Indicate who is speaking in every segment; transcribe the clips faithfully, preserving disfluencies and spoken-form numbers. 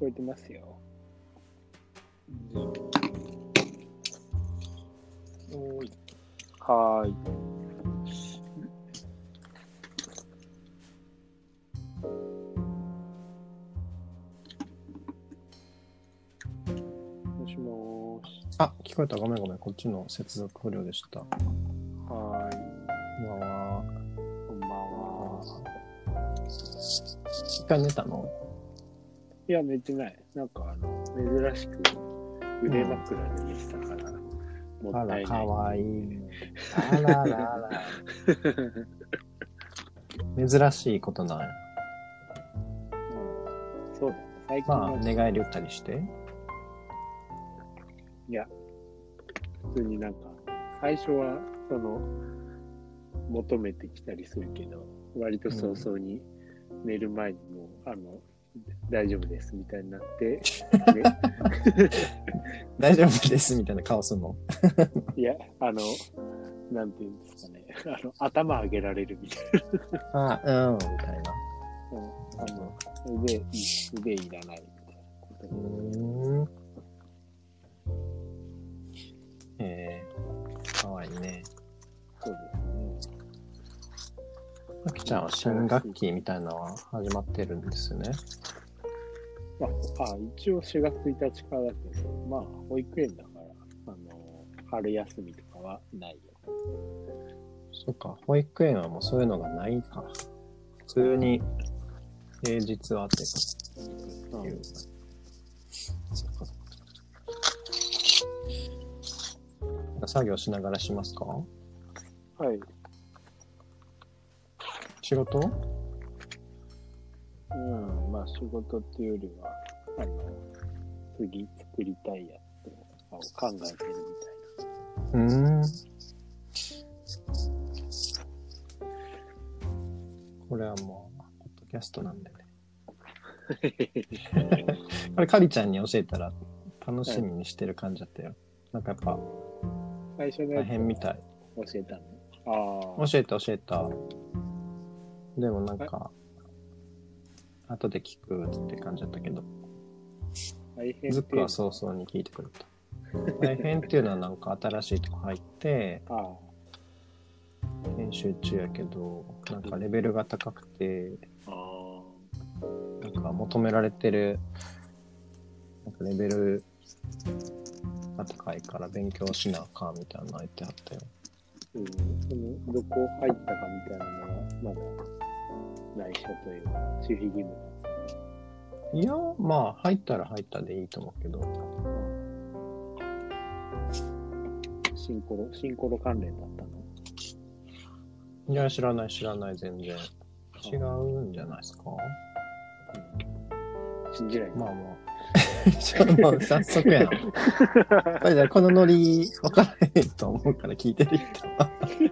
Speaker 1: こえてますよ。じゃあおーい。はーい。もしもーし。
Speaker 2: あ、聞こえた。ごめんごめん。こっちの接続不良でした。
Speaker 1: はーい。
Speaker 2: こんばんは。
Speaker 1: こんばんは。
Speaker 2: 一回寝たの？
Speaker 1: いや、寝てない。なんか、あの、珍しく腕枕で寝てたから、うん、もったいない。
Speaker 2: あら、かわいい。あららら。珍しいことなんや。
Speaker 1: うん、そうだね。最近
Speaker 2: まあ、寝返り打ったりして。
Speaker 1: いや、普通になんか、最初は、その、求めてきたりするけど、割と早々に寝る前にもう、うん、あの、大丈夫ですみたいになって、ね、
Speaker 2: 大丈夫ですみたいな顔するの？
Speaker 1: いや、あの、なんていうんですかね、あの、頭上げられるみたい
Speaker 2: な。あ、うん、みたいな。
Speaker 1: うん、あの、腕、腕いらないみたいなことで。
Speaker 2: うーん。えー、かわいいね。
Speaker 1: そうですね。
Speaker 2: あきちゃんは新学期みたいなのは始まってるんですよね。
Speaker 1: まあ、あ一応しがつついたちからだけど、まあ、保育園だから、あの、春休みとかはないよ。
Speaker 2: そっか、保育園はもうそういうのがないか。普通に平日はっていう。うん、そっか。なんか作業しながらしますか？
Speaker 1: はい。
Speaker 2: 仕事？
Speaker 1: うん、まあ仕事っていうよりは、あの、次作りたいやつを考えてるみたいな。
Speaker 2: うーん。これはもう、ポッドキャストなんでね。これ、かりちゃんに教えたら楽しみにしてる感じだったよ。はい、なんかやっぱ、
Speaker 1: 最初の
Speaker 2: 大変みたい。
Speaker 1: 教えたの？ああ。
Speaker 2: 教えた教えた。でもなんか、後で聞くって感じだったけど。
Speaker 1: 大変
Speaker 2: ズックは早々に聞いてくれた。大変っていうのはなんか新しいとこ入って、
Speaker 1: あ
Speaker 2: 編集中やけど、なんかレベルが高くて、
Speaker 1: あ
Speaker 2: なんか求められてる、なんかレベルが高いから勉強しなあかんみたいなの言ってあったよ。
Speaker 1: うん、そのどこ入ったかみたいなのはまだ内緒というか守秘義務なんですかね。
Speaker 2: いや、まあ入ったら入ったでいいと思うけど。
Speaker 1: シンコロ、シンコロ関連だったの？
Speaker 2: いや、知らない知らない全然。違うんじゃないですか？
Speaker 1: うん、信じない。
Speaker 2: まあまあ。ちょっともう早速やん。これじゃこのノリ分からへんと思うから聞いてる人は。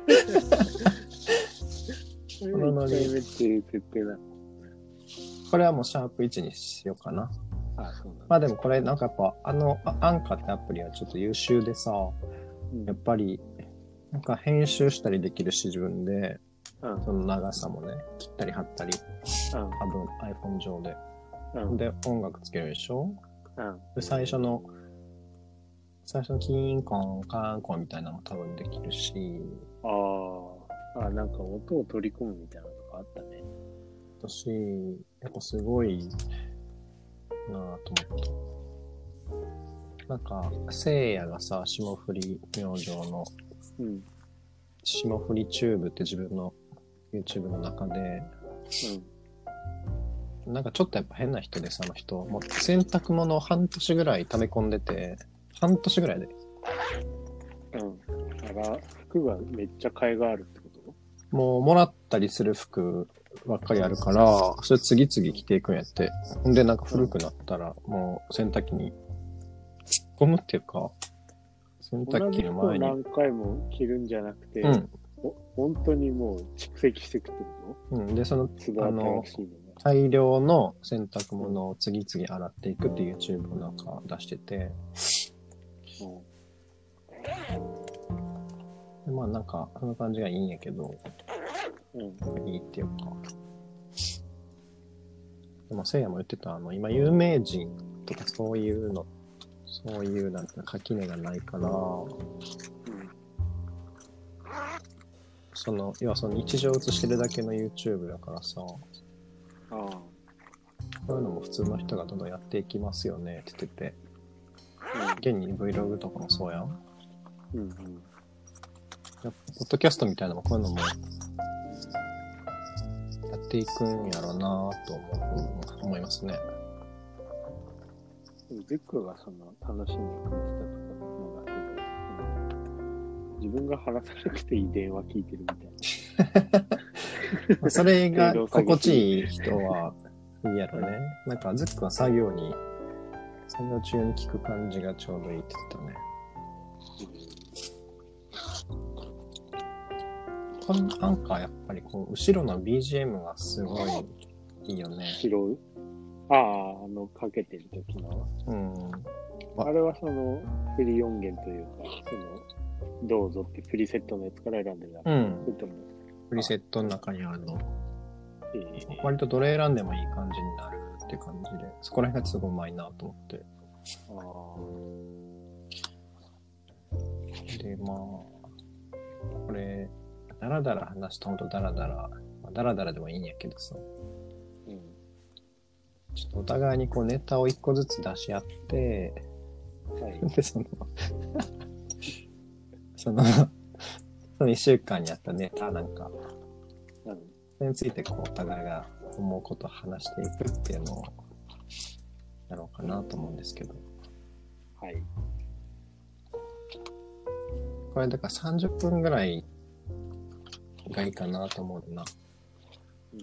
Speaker 2: このノリ。いっかいめっていう設定なの？これはもうシャープいちにしようかな。
Speaker 1: ああ、そうなんだ。
Speaker 2: まあでもこれなんかやっぱあのアンカーってアプリはちょっと優秀でさ、うん、やっぱりなんか編集したりできるし自分で、うん、その長さもね切ったり貼ったり、うん、多分 iPhone 上で、うん、で音楽つけるでしょ、うん、で最初の最初のキーンコンカーンコンみたいなのも多分できるし、
Speaker 1: ああ、あなんか音を取り込むみたいなのとかあったね。
Speaker 2: 私やっぱすごいなぁと思った。なんかせいやがさ霜降り明星の、うん、霜降りチューブって自分の YouTube の中で、うん、なんかちょっとやっぱ変な人でさ、あの人もう洗濯物を半年ぐらい溜め込んでて、半年ぐらいで、
Speaker 1: うん、だから服がめっちゃ替えがあるってこと？
Speaker 2: もうもらったりする服ばっかりあるから、それ次々着ていくんやって。ほんでなんか古くなったらもう洗濯機に突っ込むっていうか、洗濯機の前に。
Speaker 1: 同じ服を何回も着るんじゃなくて、うん、本当にもう蓄積していくってこと？
Speaker 2: うん。で、その、あの、大量の洗濯物を次々洗っていくっていう YouTube をなんか出してて、うん、でまあなんか、その感じがいいんやけど、うん、いいっていうか。 でも、せいやも言ってた、あの、今、有名人とかそういうの、そういう、なんていうの、垣根がないから、うん、その、要はその日常を映してるだけの YouTube だからさ、ああ、そういうのも普通の人がどんどんやっていきますよねって言ってて、現に Vlog とかもそうやん。うんうん。ポッドキャストみたいなのもこういうのもやっていくんやろうなぁと思う、思いますね。
Speaker 1: ゼックがその楽しんでくれてたとかのが、自分が話さなくていい電話聞いてるみたい
Speaker 2: な。それが心地いい人はいいやろね。なんかゼックは作業に、作業中に聞く感じがちょうどいいって言ってたね。このアンカーやっぱりこう後ろの ビージーエム がすごいいいよね。
Speaker 1: 拾う？ああ、あのかけてる時の。うん。あれはそのフリー音源というか、そのどうぞってプリセットのやつから選んでるやつ。うん。
Speaker 2: プリセットの中にあるの。えー、割とどれ選んでもいい感じになるって感じで、そこら辺がすごいうまいなと思って。ああ。で、まあ、これ、だらだら話すとほんとだらだら、まあ、だらだらでもいいんやけどさ、うん、ちょっとお互いにこうネタを一個ずつ出し合って、はい、でそのそのその一週間にあったネタなんか、うん、それについてこうお互いが思うことを話していくっていうのをやろうかなと思うんですけど、はい。これだからさんじゅっぷんぐらいがいいかなと思うな。うん。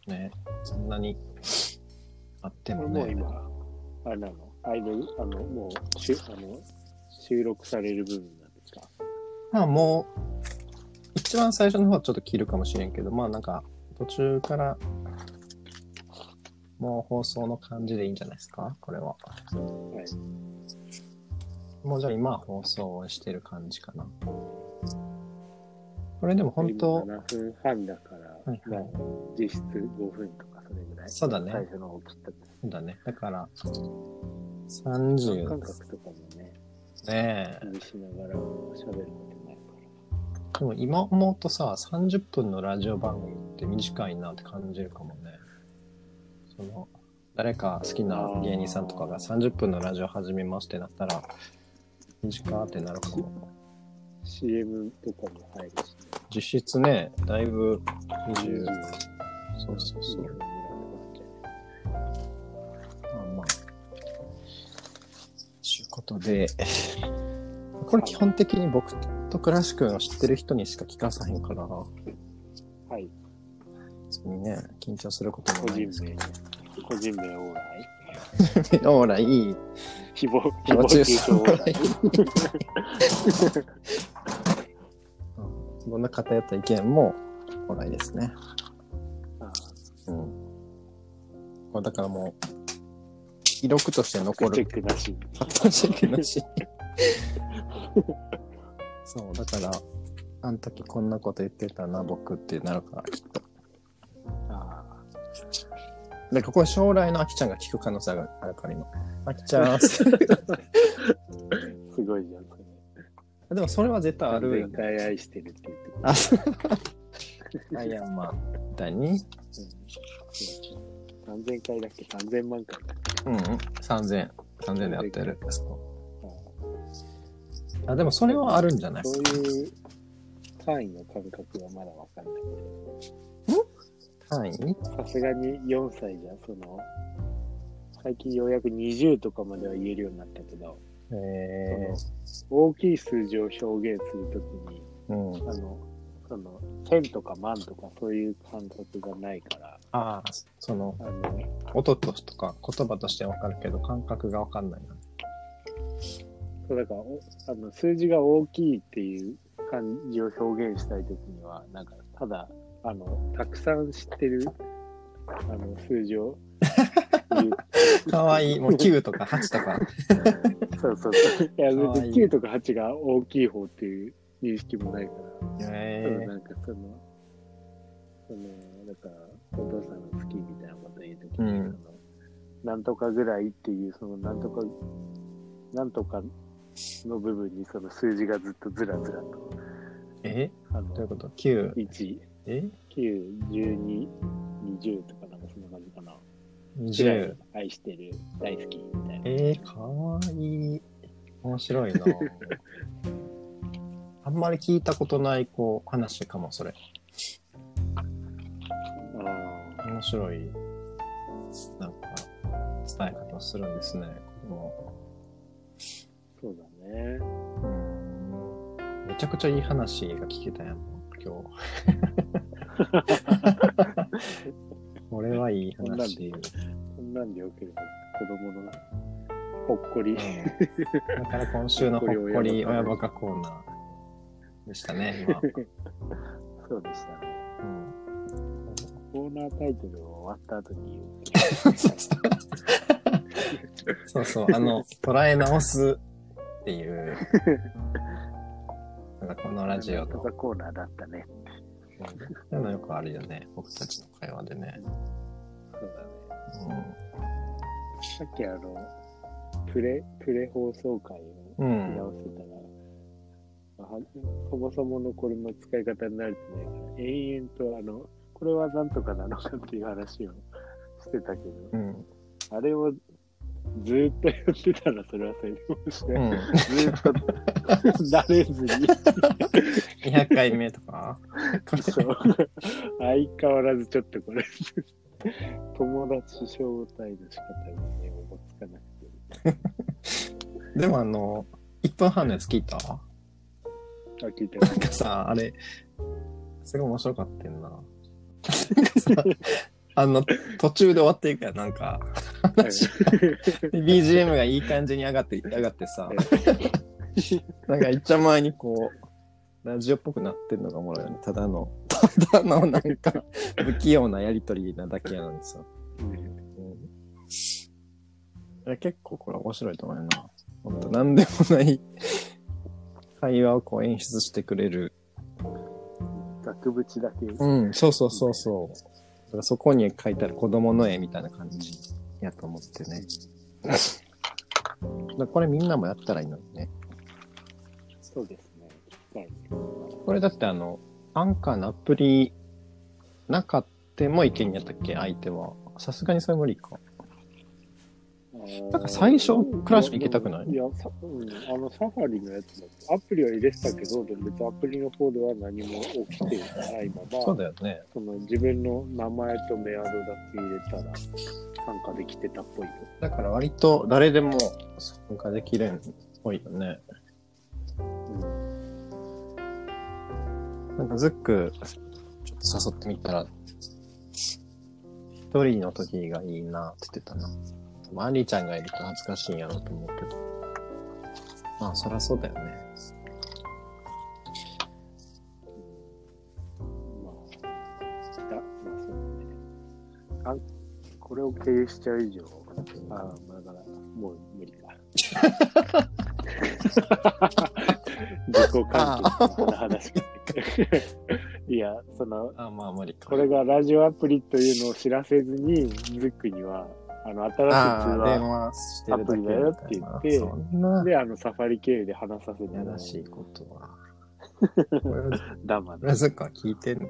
Speaker 2: ね、そんなにあってもね。
Speaker 1: もう今、あれなの、アイドル、あの、もう、しゅあの収録される部分なんですか？
Speaker 2: まあもう、一番最初の方はちょっと切るかもしれんけど、まあなんか、途中から、もう放送の感じでいいんじゃないですか？これは。はい。もうじゃあ今放送してる感じかな。これでも本当
Speaker 1: ななふんはんだから、はいはい、まあ、実質ごふんとかそれぐらい。
Speaker 2: そうだね。
Speaker 1: 最初の方切った。
Speaker 2: そうだね。だから、さんじゅう。
Speaker 1: 感覚とかもね、
Speaker 2: ねえ。
Speaker 1: 気にしながら喋ることないから。
Speaker 2: でも今思うとさ、さんじゅっぷんのラジオ番組って短いなって感じるかもね。その、誰か好きな芸人さんとかがさんじゅっぷんのラジオ始めますってなったら、短ってなるかも。
Speaker 1: シーエム とかも入るし、ね、
Speaker 2: 実質ね、だいぶにじゅう、そうそうそう。まあまあ、ということで、これ基本的に僕とクラシ君を知ってる人にしか聞かさへんから、はい。別にね、緊張することもないんですけど。
Speaker 1: 個人名、個人名オーラ
Speaker 2: イオーライ、
Speaker 1: 誹謗、誹謗中傷オーライ。
Speaker 2: こんな偏った意見もオーライですね。ああ、うん。これだからもう、記録として残る。
Speaker 1: チェックなし。
Speaker 2: チェックなし。そう、だから、あん時こんなこと言ってたな、僕ってなるから、きっと。ああ。で、ここは将来のアキちゃんが聞く可能性があるから、今。アキちゃん。す
Speaker 1: ごいじゃん、そ
Speaker 2: れ。でもそれは絶対あるよ、
Speaker 1: ね。全回愛してるって言ってくる。
Speaker 2: あ、そう。アイアンマン。第に？
Speaker 1: さんぜんかいだっけ ?さんぜんまんかいだっけ？
Speaker 2: うん、さんぜん。さんぜんでやってる。あ、でもそれはあるんじゃないですか。
Speaker 1: そういう単位の感覚がまだわかんないけ
Speaker 2: ど。ん？単位？
Speaker 1: さすがによんさいじゃ、その、最近ようやくにじゅうとかまでは言えるようになったけど、へその大きい数字を表現するときに、うん、あの、その、千とか万とかそういう感覚がないから。
Speaker 2: ああ、その、あの音とか言葉としてわかるけど、感覚がわかんないな。
Speaker 1: そうだからあの、数字が大きいっていう感じを表現したいときには、なんか、ただ、あの、たくさん知ってる、あの、数字を言
Speaker 2: う。かわいい。もうきゅうとかはちとか。
Speaker 1: そうそうそう。いや、別にきゅうとかはちが大きい方っていう認識もないから。へー。ただなんかその、その、だから、お父さんが好きみたいなこと言うとき時に、うん、なんとかぐらいっていう、そのなんとか、なんとかの部分にその数字がずっとずらずらと。
Speaker 2: えあのどういうこと ?きゅう。
Speaker 1: いち。
Speaker 2: え
Speaker 1: きゅう、じゅうに、にじゅうとかなんかそんな感じかな。
Speaker 2: にじゅう。
Speaker 1: 愛してる、大好きみたいな。
Speaker 2: えー、かわいい。面白いなあんまり聞いたことないこう話かも、それ。ああ。面白い、なんか、伝え方をするんですね、子供。
Speaker 1: そうだね。
Speaker 2: うん。めちゃくちゃいい話が聞けたやん、今日。これはいい話。
Speaker 1: こんなんでよければ子供のほっこり、うん、
Speaker 2: だから今週のほっこり親バカコーナーでしたね、今。
Speaker 1: そうでしたね、うん、コーナータイトルを終わった後に言う
Speaker 2: そうそうあの捉え直すっていうなんかこのラジオの
Speaker 1: コーナーだったね。
Speaker 2: そういうのよくあるよね、僕たちの会話でね。
Speaker 1: そうだね、うん、さっきあのプレ、プレ放送回を見直してたら、うん、そもそものこれの使い方になるとないから、延々とあの、これはなんとかなのかっていう話をしてたけど、うん、あれをずーっとやってたらそれはそれで面白い。うん、ずーっと慣れずに。
Speaker 2: にひゃっかいめとか
Speaker 1: そう。相変わらずちょっとこれ、友達招待の仕方にね、おぼつかなくて。
Speaker 2: でもあの、いっぷんはんのやつ聞いた？あ、
Speaker 1: 聞いた。
Speaker 2: なんかさ、あれ、すごい面白かったんな。なんかさ、あの、途中で終わっていくやん、なんか、話が。ビージーエム がいい感じに上がって、上がってさ、なんかいっちゃ前にこう、ラジオっぽくなってんのがおもろいよね。ただの、ただのなんか、不器用なやりとりなだけやのにさ。うんうん、結構これ面白いと思うよな。ほんと、なんでもない会話をこう演出してくれる。
Speaker 1: 額縁だけ。
Speaker 2: うん、そうそうそうそう。だからそこに書いてある子供の絵みたいな感じやと思ってね。だこれみんなもやったらいいのにね。
Speaker 1: そうですね。
Speaker 2: これだってあの、アンカーのアプリなかってもいけんやったっけ、相手は。さすがにそれ無理か。なんか最初くらいしか行けたくない？
Speaker 1: いや、さ、うん、あのサファリのやつだとアプリは入れてたけど、でも別にアプリの方では何も起きてないまま、
Speaker 2: そうだよね。
Speaker 1: その自分の名前とメアドだけ入れたら参加できてたっぽいよ。
Speaker 2: だから割と誰でも参加できるっぽいよね。うん。なんかズックちょっと誘ってみたら、一人の時がいいなって言ってたな。アリーちゃんがいると恥ずかしいんやろうと思うけど。まあ、そりゃそうだよね。
Speaker 1: まあ、だ、まあそうね。あ、これを経由しちゃう以上、ああ、まあだから、もう無理か。自己関係の話が。いや、その、
Speaker 2: あ、まあ無理か。
Speaker 1: これがラジオアプリというのを知らせずに、ズックには、あの、新しい通話アプリだよって言って、で、あの、サファリ経由で話させて
Speaker 2: やらしいことは。
Speaker 1: だまだ。
Speaker 2: なぜか聞いてんのって。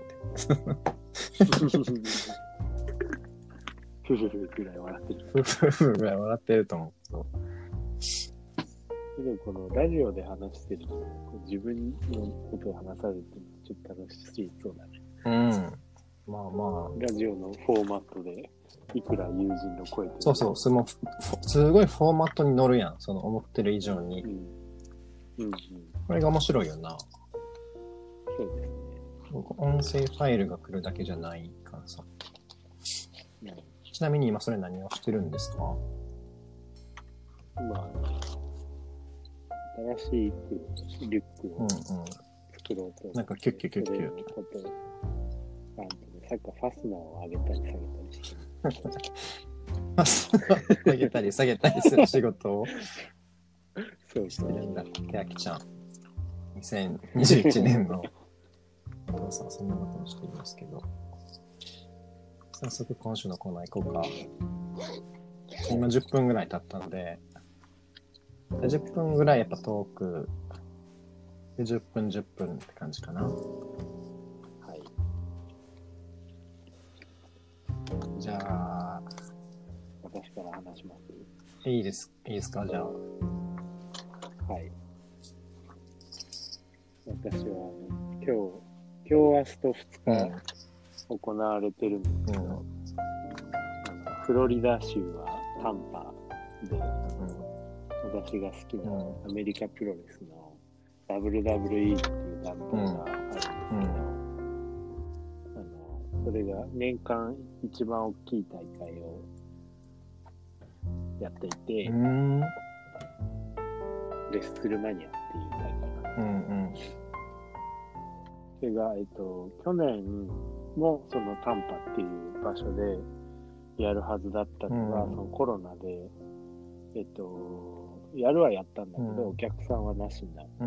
Speaker 1: ふふふぐらい笑ってる。
Speaker 2: ふふふぐらい笑ってると思う。
Speaker 1: でもこのラジオで話してると、自分のことを話されてるとちょっと楽しいそうだね。
Speaker 2: うん。まあまあ。
Speaker 1: ラジオのフォーマットで、いくら友人の声と
Speaker 2: そうそう、すごい、すごいフォーマットに乗るやん。その思ってる以上に。うん。うんうん、これが面白いよな。
Speaker 1: そうですね。
Speaker 2: 音声ファイルが来るだけじゃないからさ。うん、ちなみに今それ何をしてるんですか？
Speaker 1: 今、新しいリュックを作ろうと、うんうん。
Speaker 2: なんかキュッキュキュッキュ。
Speaker 1: なんとね、さっきファスナーを上げたり下げたりして。フ
Speaker 2: ァスナーを上げたり下げたりする仕事を
Speaker 1: そう
Speaker 2: してるんだ。ケアキちゃん。にせんにじゅういちねんのお父さんはそんなことをしていますけど。 早速今週のコーナー行こうか。今じゅっぷんぐらい経ったので、じゅっぷんぐらいやっぱトーク、でじゅっぷんじゅっぷんって感じかな。はい。じゃあ、
Speaker 1: 私から話します。
Speaker 2: いいです。いいですか、じゃあ。
Speaker 1: はい。私は、ね、今日、今日明日とふつか行われてるんですけど、うん、あのフロリダ州はタンパで、うん、私が好きなアメリカプロレスの ダブリューダブリューイー っていう団体があるんですけど、うんうん、あのそれが年間一番大きい大会をやっていて、うん、レッスルマニアっていう大会なんです、うんうん、それが、えっと、去年もそのタンパっていう場所でやるはずだったのが、うん、そのコロナで、えっと、やるはやったんだけど、うん、お客さんはなしになって、うん、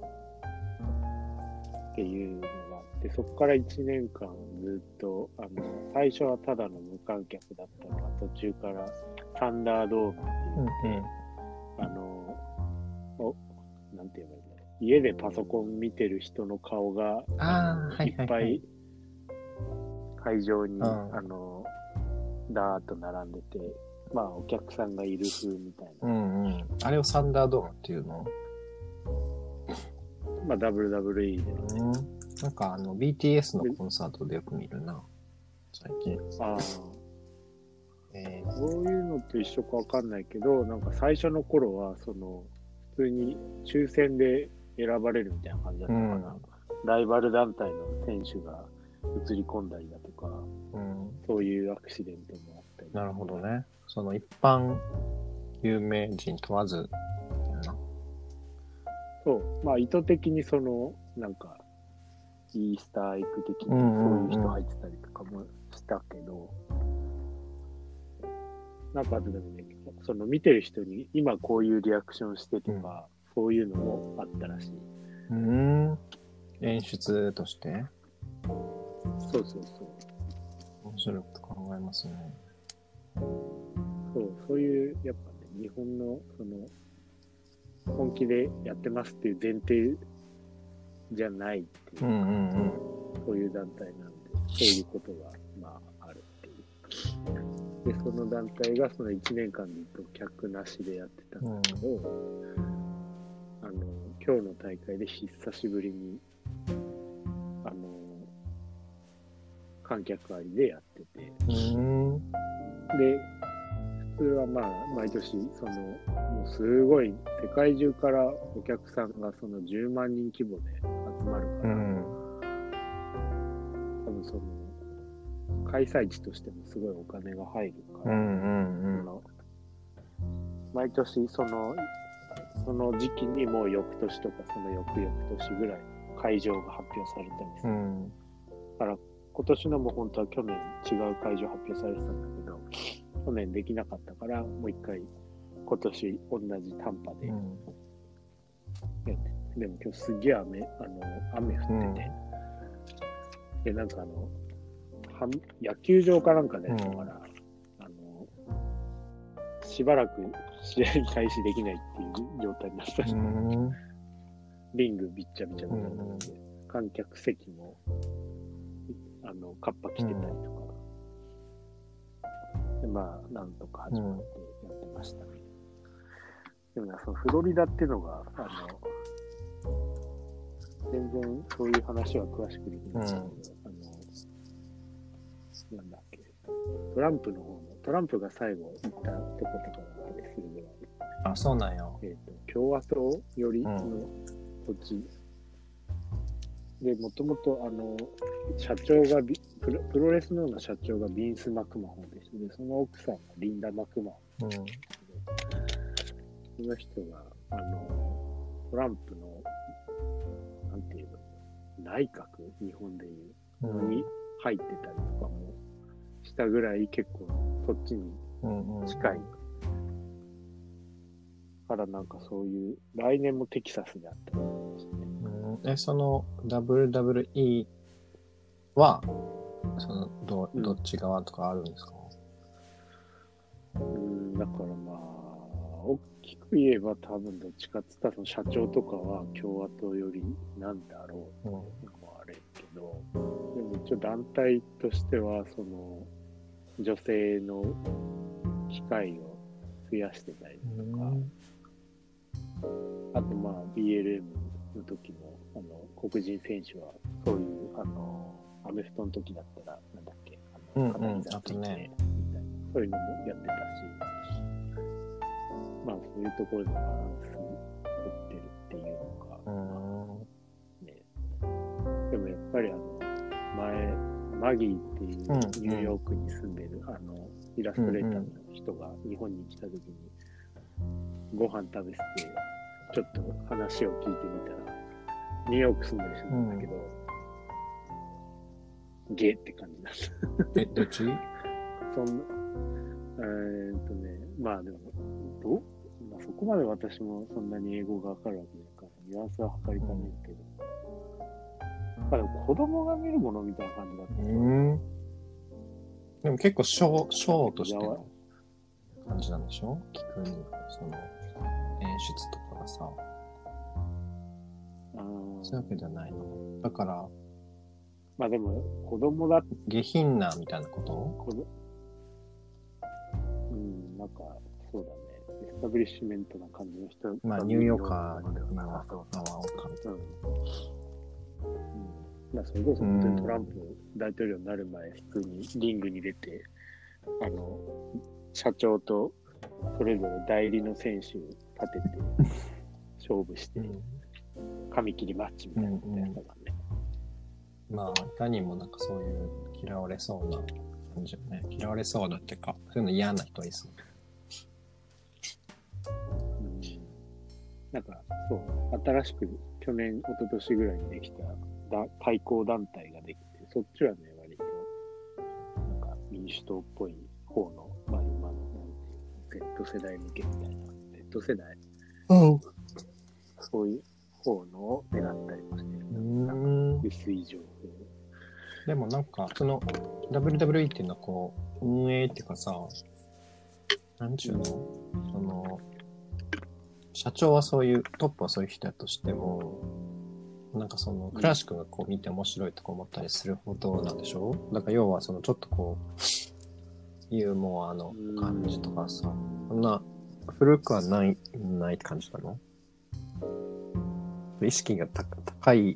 Speaker 1: っていうのがあって、そこからいちねんかんずっと、あの、最初はただの無観客だったのが、途中からサンダードームって言って、うん、あの、お、なんて言えばいいんだろう。家でパソコン見てる人の顔が、あの、いっぱい会場に、あの、ダーッと並んでて、まあお客さんがいる風みたいな。
Speaker 2: うんうん。あれをサンダードームっていうの？
Speaker 1: まあ ダブリューダブリューイー で、ね、
Speaker 2: うん。なんかあの ビーティーエス のコンサートでよく見るな。最近。ああ。
Speaker 1: えー、そういうのと一緒かわかんないけど、なんか最初の頃は、その、普通に抽選で選ばれるみたいな感じだったかな。うん、ライバル団体の選手が映り込んだりだとか、うん、そういうアクシデントもあったり。
Speaker 2: なるほどね。その一般有名人問わず。
Speaker 1: そう。まあ意図的にその、なんか、イースターエッグ的にそういう人入ってたりとかもしたけど、なんかでもね、その見てる人に今こういうリアクションしてとか、うん、そういうのもあったらしい。
Speaker 2: うん。演出として？
Speaker 1: そうそうそう。
Speaker 2: 面白いこと考えますね。
Speaker 1: そう、そういう、やっぱね、日本の、その、本気でやってますっていう前提じゃないっていうか、うんうんうん、そういう団体なんで、そういうことが、まあ、あるっていう。で、その団体がそのいちねんかんずっと客なしでやってたんだけど、うん、あの、今日の大会で久しぶりに、あの、観客ありでやってて、うん、で、普通はまあ、毎年、その、もうすごい、世界中からお客さんがそのじゅうまんにん規模で集まるから、うん、多分その、開催地としてもすごいお金が入るから、うんうんうん、その毎年その、その時期にもう翌年とかその翌々年ぐらい会場が発表されたりする。うん、だから今年のも本当は去年違う会場発表されてたんだけど、去年できなかったから、もう一回、今年同じ短波でやって、うん、でも今日すげえ雨、あの、雨降ってて、うん、で、なんかあの、は野球場かなんかでやったから、うん、あの、しばらく試合開始できないっていう状態になったし、うん、リングびっちゃびちゃになるので、うん、観客席も、あの、カッパ着てたりとか、でまあ、なんとか始まってやってましたね。うん、でもね、そのフロリダっていうのが、あの、全然そういう話は詳しくできないけど、うん、あの、なんだっけ、トランプの方の、トランプが最後行ったとことかだったりするぐらい。
Speaker 2: あ、そうなんよ。
Speaker 1: えっと、共和党よりの土地。うん、で、もともと、あの、社長がビプロ、プロレスの社長がビンス・マクマホンでして、で、その奥さんがリンダ・マクマホン。うん、その人が、あの、トランプの、なんていうの、内閣、日本でいうのに入ってたりとかもしたぐらい結構そっちに近い。うんうん、からなんかそういう、来年もテキサスであったりしてね。
Speaker 2: うん、え、その ダブリューダブリューイー は、 そのど、どっち側とかあるんですか？
Speaker 1: うん、だからまあ、大きく言えば多分どっちかっつったらその社長とかは共和党よりなんだろうと思われるけど、うん、でも一応団体としてはその女性の機会を増やしてたりとか、あとまあ ビーエルエム の時もあの黒人選手はそういうあのアメフトの時だったらなんだっけあの肩膝ついてみたいな、そういうのもやってたし、まあそういうところでバランス取ってるっていうのか、ね、でもやっぱりあの前マギーっていうニューヨークに住んでる、うん、あのイラストレーターの人が日本に来た時にご飯食べててちょっと話を聞いてみたらニューヨーク住んでる人なんだけど、うん、ゲーって感じなんだ。
Speaker 2: え、どっち？そんな、
Speaker 1: えーっとね、まあでも、どう、まあ、そこまで私もそんなに英語がわかるわけないから、ニュアンスは測りかねるけど、うん、まあでも子供が見るものみたいな感じだった。うん。
Speaker 2: でも結構ショー、ショーとしての感じなんでしょ？聞くに、その、演出とかがさ。あそういうわけじゃないの。だから、
Speaker 1: まあでも、子供だって。
Speaker 2: 下品なみたいなこと？
Speaker 1: このうん、なんか、そうだね。エスタブリッシュメントな感じの人。
Speaker 2: まあ、ニューヨーカーにはわかる。うん。
Speaker 1: まあ、それこそ本当にトランプ大統領になる前、普通にリングに出て、あの、社長とそれぞれ代理の選手立てて、勝負して、紙切りマッチみたいなやつだからね。
Speaker 2: うんうん、まあ、いかにもなんかそういう嫌われそうな感じよね。嫌われそうだってか、そういうの嫌な人はいそう。
Speaker 1: うん、なんか、そう、新しく去年、一昨年ぐらいにできただ対抗団体ができて、そっちはね、割と、なんか民主党っぽい方の、まあ今の、Z 世代向けみたいな、Z 世代、
Speaker 2: うん、
Speaker 1: そういう方のを狙ったりもしてる。なんか薄い情報。
Speaker 2: でもなんか、その ダブリューダブリューイー っていうのはこう、運営っていうかさ、なんちゅうの、うん、その、社長はそういう、トップはそういう人やとしても、なんかその、クラシックがこう見て面白いとか思ったりするほどなんでしょ？だから要はそのちょっとこう、ユーモアの感じとかさ、そんな古くはない、ない感じなの？意識が高い、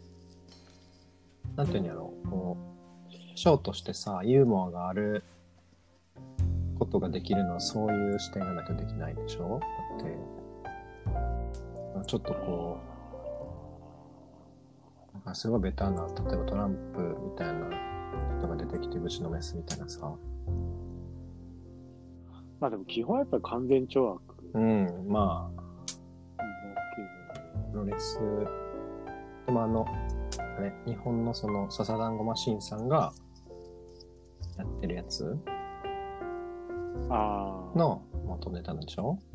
Speaker 2: なんていうんやろう、こう、ショーとしてさ、ユーモアがあることができるのはそういう視点がなきゃできないでしょ？だって、ちょっとこう、なんかすごいベタな、例えばトランプみたいな人が出てきてぶちのめすみたいなさ。
Speaker 1: まあでも基本はやっぱり完全懲悪。
Speaker 2: うん、まあ。プロレス、でもあの、あれ、日本のその笹団子マシンさんがやってるやつ
Speaker 1: あ
Speaker 2: の元ネタなんでしょ？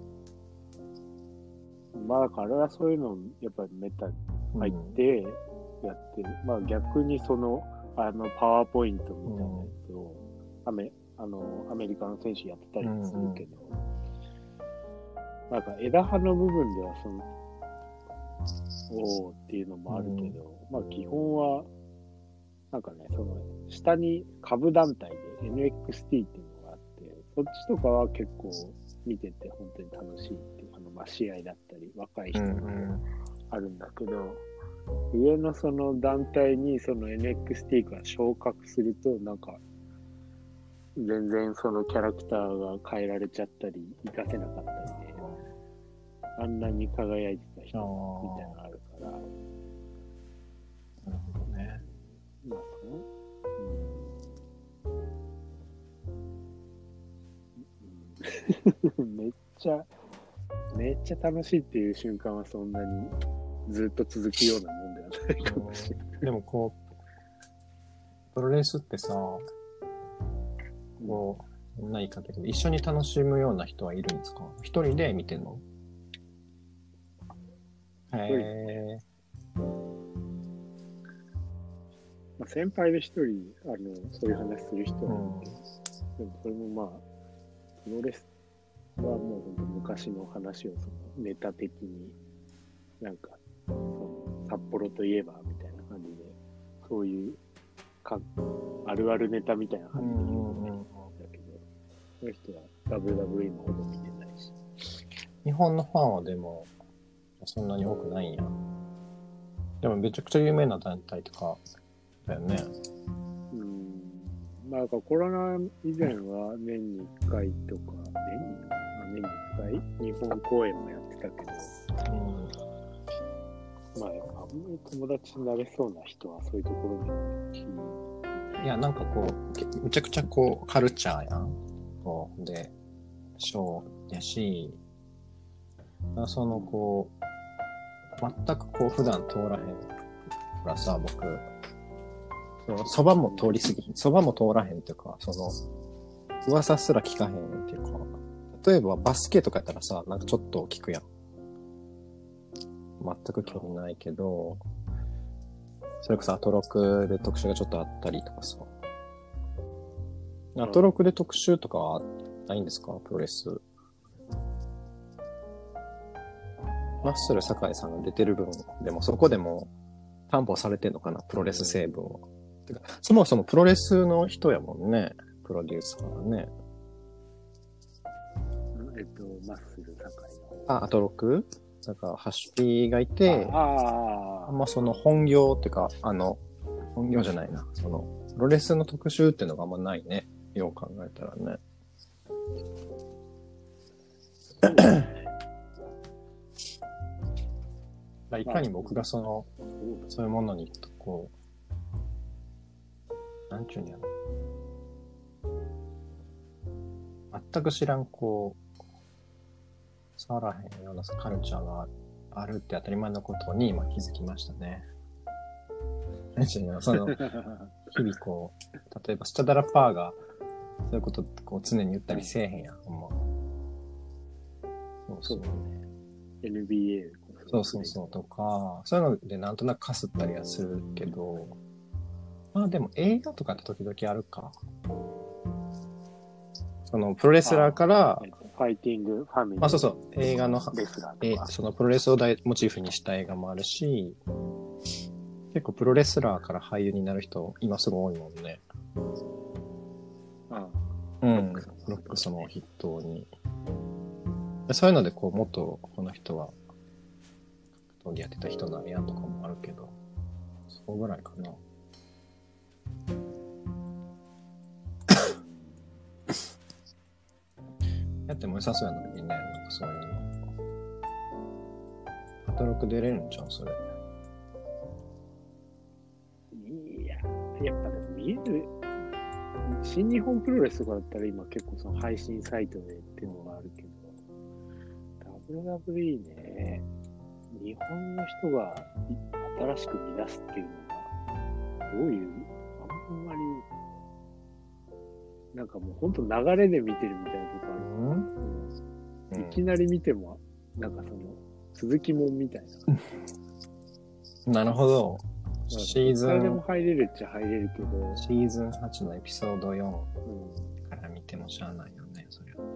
Speaker 1: まあだからあれはそういうのやっぱりメタに入ってやってる。うん、まあ逆にその、あのパワーポイントみたいなやつを、うん、アメ、あの、アメリカの選手やってたりするけど、うんうん、なんか枝葉の部分ではその、おーっていうのもあるけど、うん、まあ基本は、なんかね、その下に株団体で エヌエックスティー っていうのがあって、そっちとかは結構見てて本当に楽しいっていう、あのまあ試合だったり若い人もあるんだけど、うんうん、上のその団体にその エヌエックスティー が昇格すると、なんか全然そのキャラクターが変えられちゃったり、活かせなかったりで、あんなに輝いてた人みたいなのがあるから。
Speaker 2: なるほどね。
Speaker 1: まあそう、うん、めっちゃ、めっちゃ楽しいっていう瞬間はそんなにずっと続くようなもんではないかもしれない。
Speaker 2: でもこう、プロレスってさ、こう、うん、ないかけど、一緒に楽しむような人はいるんですか？一人で見てんの？へー。
Speaker 1: まあ、先輩で一人、あの、そういう話する人はいるけど、うん、でもそれもまあ、プロレスはもう本当昔の話をそのネタ的に、なんか、その札幌といえばみたいな感じで、そういうかあるあるネタみたいな感じで言うね、だけど、その人は ダブリューダブリュー もほど見てないし。
Speaker 2: 日本のファンはでも、そんなに多くないんや。でもめちゃくちゃ有名な団体とかだよね。
Speaker 1: うん。まあ、なんかコロナ以前は年にいっかいとか、年に、年にいっかい日本公演もやってたけど、うん、まあ、あんまり友達になれそうな人はそういうところに行
Speaker 2: き、いや、なんかこう、むちゃくちゃこう、カルチャーやん。こう、で、ショーやし、そのこう、全くこう、普段通らへんからさ、僕、そばも通り過ぎ、そばも通らへんっていうか、その、噂すら聞かへんっていうか、例えばバスケとかやったらさ、なんかちょっと聞くやん。全く興味ないけど、それこそアトロクで特集がちょっとあったりとかさ。アトロクで特集とかはないんですか？プロレス。マッスル酒井さんが出てる分でもそこでも担保されてんのかな？プロレス成分は。てかそもそもプロレスの人やもんね。プロデューサーはね。
Speaker 1: えっと、マッスル酒井
Speaker 2: の。あ、アトロク？なんか、ハシピがいて、
Speaker 1: あ
Speaker 2: あんまその本業ってか、あの、本業じゃないな。その、プロレスの特集っていうのがあんまないね。よう考えたらね。いかに僕がその、そういうものに、こう、なんちゅうんやろ。全く知らん、こう、触らへんようなカルチャーがあるって当たり前のことに今気づきましたね。その、日々こう、例えばスチャダラパーが、そういうことこう常に言ったりせえへんやん、ほんま。そうそうね。
Speaker 1: エヌビーエー。
Speaker 2: そうそうそうとか、そういうのでなんとなくかすったりはするけど、まあでも映画とかって時々あるか。そのプロレスラーから、
Speaker 1: ファイティングファミリー。
Speaker 2: まあそうそう、映画の
Speaker 1: レスラーとか、
Speaker 2: えそのプロレスをモチーフにした映画もあるし、結構プロレスラーから俳優になる人今すごい多いもんね。
Speaker 1: ああ
Speaker 2: うん、ロックスも筆頭に。そういうのでこうもっとこの人は格闘技やってた人なんやとかもあるけど、そうぐらいかな。やっても良さそうやのにね、なんかそういうの。働く出れるんじゃん、それ。
Speaker 1: いや、やっぱでも見える、新日本プロレスとかだったら今結構その配信サイトでっていうのがあるけど、ダブリューダブリューイー ね、日本の人が新しく見出すっていうのが、どういう、あんまり、なんかもう本当流れで見てるみたいなとこある、うん、いきなり見ても、なんかその、続きもんみたい
Speaker 2: な。なるほど。シーズン。
Speaker 1: 誰でも入れるっちゃ入れるけど。
Speaker 2: シーズンはちのエピソードよんから見てもしゃあないよね、それは。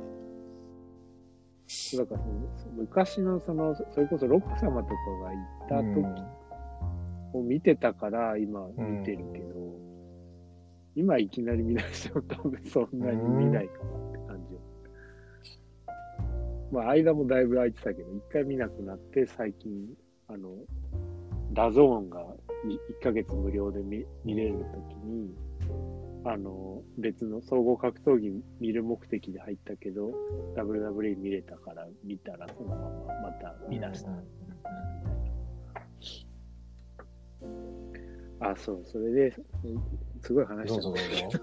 Speaker 1: だからその昔のその、それこそロック様とかがいた時を見てたから今見てるけど、うん、今いきなり見出しても多分そんなに見ないかなって感じ。うん、まあ間もだいぶ空いてたけど、一回見なくなって最近、あの、ダゾーンがいっかげつ無料で 見, 見れるときに、あの、別の総合格闘技見る目的で入ったけど、ダブリューダブリューイー 見れたから見たらそのまままた見出した。あ、そう、それで、すごい話しちゃったけど。いや、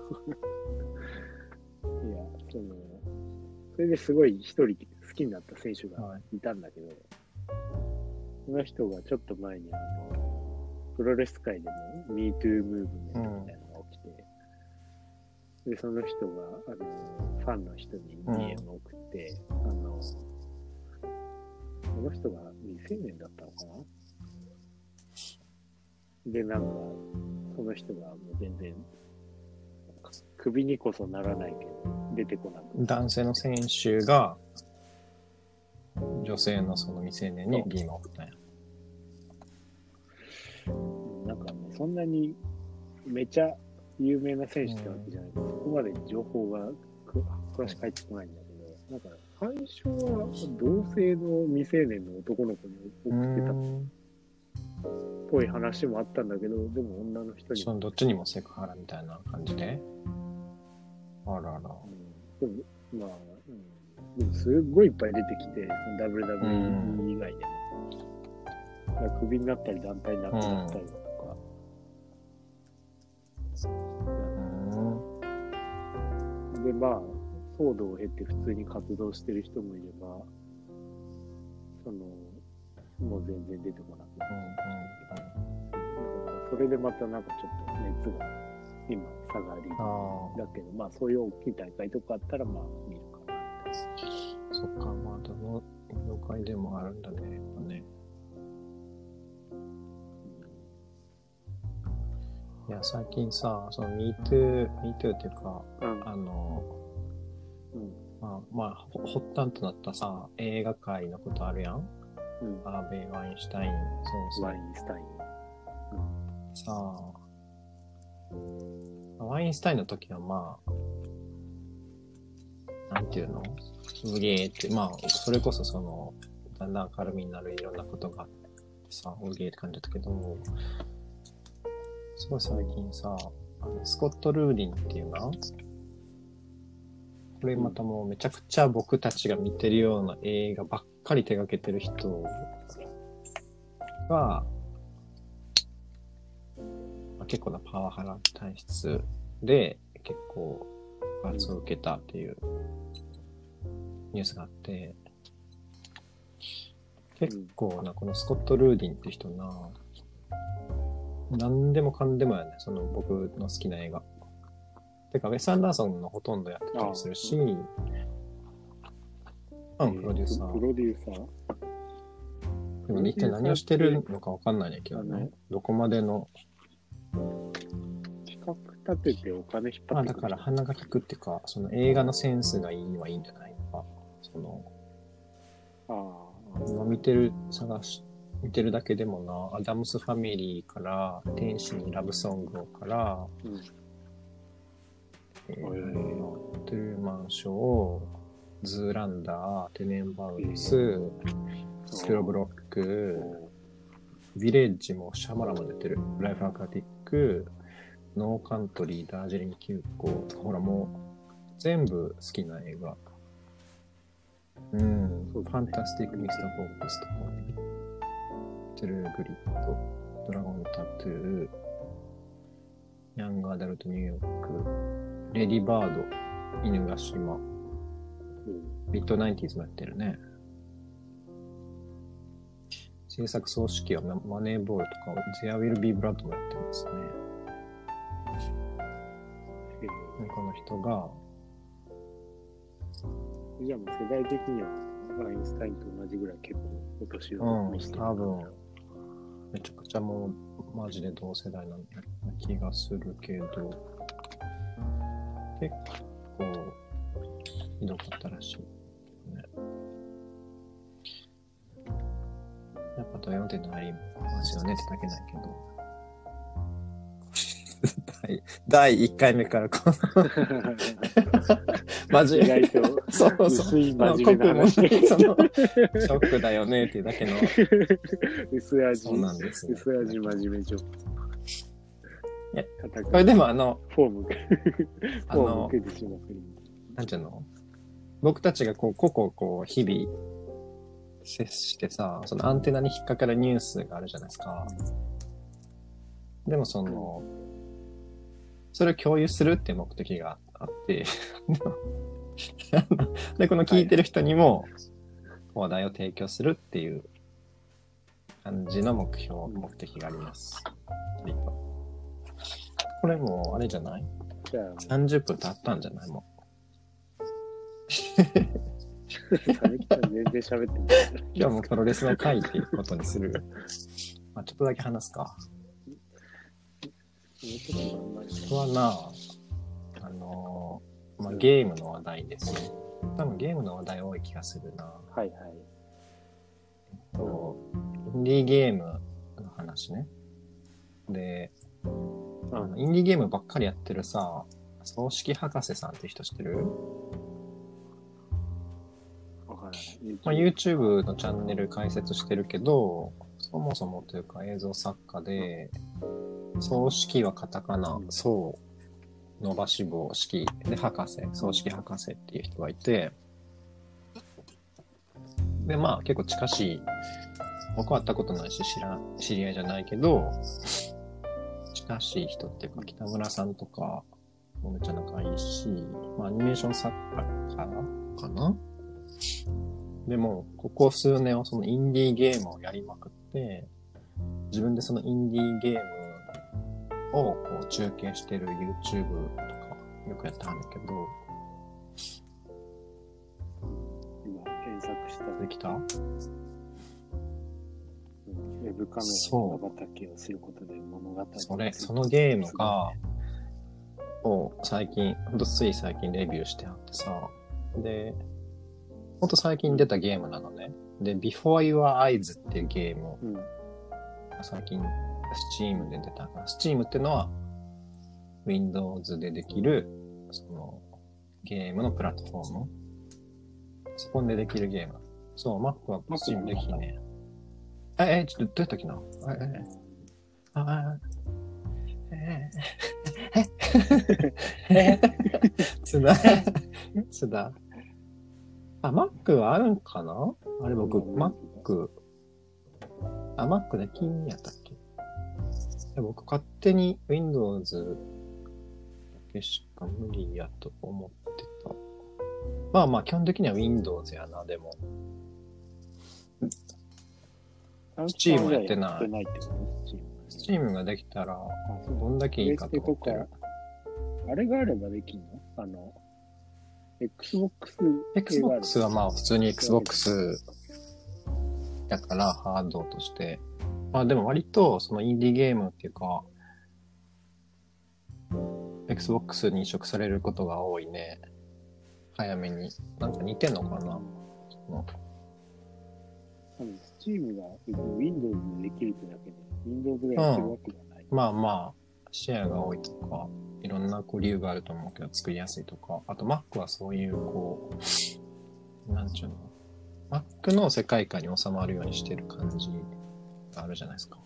Speaker 1: その、それですごい一人好きになった選手がいたんだけど、はい、その人がちょっと前にあのプロレス界でも ミートゥー ムーブメントみたいなのが起きて、うん、でその人があのファンの人に ディーエム を送って、うん、あのその人が未成年だったのかな。でなんかそその人がもう全然、首にこそならないけど、出てこなくて。
Speaker 2: 男性の選手が、女性のその未成年にギーマを送ったんや。
Speaker 1: なんかね、そんなにめちゃ有名な選手ってわけじゃないけど、うん、そこまで情報が詳しく入ってこないんだけど、なんか最初は同性の未成年の男の子に送ってたっぽい話もあったんだけど、でも女の人に
Speaker 2: そのどっちにもセクハラみたいな感じで、あらら、
Speaker 1: うん、でもまあ、うん、でもすっごいいっぱい出てきて、ダブリューダブリューイー 以外でも、クビになったり団体になくなったりとか、うん、でまあ騒動を経て普通に活動してる人もいれば、そのもう全然出てこなくなったりとか、うん、それでまたなんかちょっと熱が今下がりだけど、まあそういう大きい大会とかあったらまあ見るかな。
Speaker 2: そっか、まあどの業界でもあるんだね、やっぱね。いや最近さ、その MeToo、MeToo っていうか、うん、あの、うん、まあまあ発端となったさ、映画界のことあるやん。うん、アーベイ・ワインシュタイン、そうそう。
Speaker 1: ワインスタイン。
Speaker 2: うん、さあ、ワインスタインの時はまあ、なんていうの？うげーって、まあ、それこそその、だんだん明るみになるいろんなことがあってさ、うげーって感じだったけど、すごい最近さ、あのスコット・ルーディンっていうな、これまたもうめちゃくちゃ僕たちが見てるような映画ばっかり手掛けてる人が、まあ、結構なパワハラ体質で結構罰を受けたっていうニュースがあって、結構なこのスコット・ルーディンって人な、何でもかんでもやね、その僕の好きな映画。てかウェス・アンダーソンのほとんどやってたりするし、うん、プロデューサー。
Speaker 1: プロデューサー
Speaker 2: でも一体何をしてるのかわかんないねんけどね。どこまでの。
Speaker 1: 企画立ててお金引っ張ってくる。
Speaker 2: あ、だから鼻が利くっていうか、その映画のセンスがいいにはいいんじゃないのか。その、
Speaker 1: あ
Speaker 2: 今見てる、探し、見てるだけでもな、アダムスファミリーから、天使にラブソングをから、うん、えー、トゥーマンショー、ズーランダー、テネンバウンス、スクロブロック、ヴィレッジもシャマラも出てる、ライフアクアティック、ノーカントリー、ダージリン急行とか、ほらもう全部好きな映画。うん、ファンタスティック・ミスター・フォークスとかね、トゥルー・グリッド、ドラゴン・タトゥー、ヤング・アダルト・ニューヨーク、レディ・バード、犬ヶ島、ミッドナインティーズもやってるね。制作総指揮はマネーボールとか、ゼア・ウィル・ビー・ブラッドもやってますね。この人が、
Speaker 1: じゃあもう世代的にはアインシュタインと同じぐらい結構お年を召してる。
Speaker 2: うん、多分、めちゃくちゃもうマジで同世代な気がするけど、結構ひどかったらしい。ね、やっぱドヨンってのありますよねってだけないけど。第, 第いっかいめからこの真面目そうそう
Speaker 1: 薄い真面目な話
Speaker 2: そのショックだよねっていうだけの
Speaker 1: 薄味
Speaker 2: そうなんです、ね、
Speaker 1: 薄味真面目ジョーク。
Speaker 2: いやこれでもあの
Speaker 1: フォーム
Speaker 2: あのなんていうの僕たちがこう個々こう日々接してさ、そのアンテナに引っかかるニュースがあるじゃないですか。でもその、うんそれを共有するっていう目的があってで、この聞いてる人にも話題を提供するっていう感じの目標、目的があります。これもうあれじゃないさんじゅっぷん経ったんじゃないもう。
Speaker 1: 全然喋ってない。
Speaker 2: 今日もプロレスの回っていうことにする。まあ、ちょっとだけ話すか。 僕はな、あのー、まあ、ゲームの話題ですね。多分ゲームの話題多い気がするな。
Speaker 1: はいはい。
Speaker 2: えっと、インディーゲームの話ね。で、あのインディーゲームばっかりやってるさ、葬式博士さんって人知ってる？
Speaker 1: わからない。
Speaker 2: まあ、YouTube のチャンネル開設してるけど、そもそもというか映像作家で、葬式はカタカナ、葬、伸ばし棒式で博士、葬式博士っていう人がいて、で、まあ結構近しい、僕は会ったことないし知ら、知り合いじゃないけど、近しい人っていうか北村さんとかもめっちゃ仲いいし、まあアニメーション作家かなでも、ここ数年はそのインディーゲームをやりまくって、自分でそのインディーゲームをこう中継してる YouTube とかよくやってはるんだけど、
Speaker 1: 今検索した
Speaker 2: できた？
Speaker 1: ウェブカメラの瞬きをすることで物語
Speaker 2: それ、そのゲームが、を最近、ほんとつい最近レビューしてあってさ、で、ほんと最近出たゲームなのね。で、Before Your Eyes っていうゲームを、うん、最近 Steam で出たから、Steam ってのは Windows でできる、その、ゲームのプラットフォーム。パソコンでできるゲーム。そう、Mac は Steam できねえ。え、え、ちょっとどうやったっけなえ、え、あ、え、え、え、つだ、つだ。あ、Mac はあるんかなあれ僕、Mac、あ、Mac できんやったっけ僕勝手に Windows だけしか無理やと思ってた。まあまあ基本的には Windows やな、でも。Steam やってない。Steam ができたら、どんだけいいかと思ってる。
Speaker 1: あれがあればできんの？あの、Xbox。
Speaker 2: Xbox はまあ普通に Xbox だからハードとして。まあでも割とそのインディーゲームっていうか、Xbox に移植されることが多いね。早めに。なんか似てんのかな？
Speaker 1: 多分、Steam が Windows でできるってだけで、Windows でやってるわけじゃない。
Speaker 2: うん、まあまあ、シェアが多いとか、いろんなこう理由があると思うけど、作りやすいとか。あと Mac はそういう、こう、なんちゅうの Mac の世界観に収まるようにしてる感じがあるじゃないですか。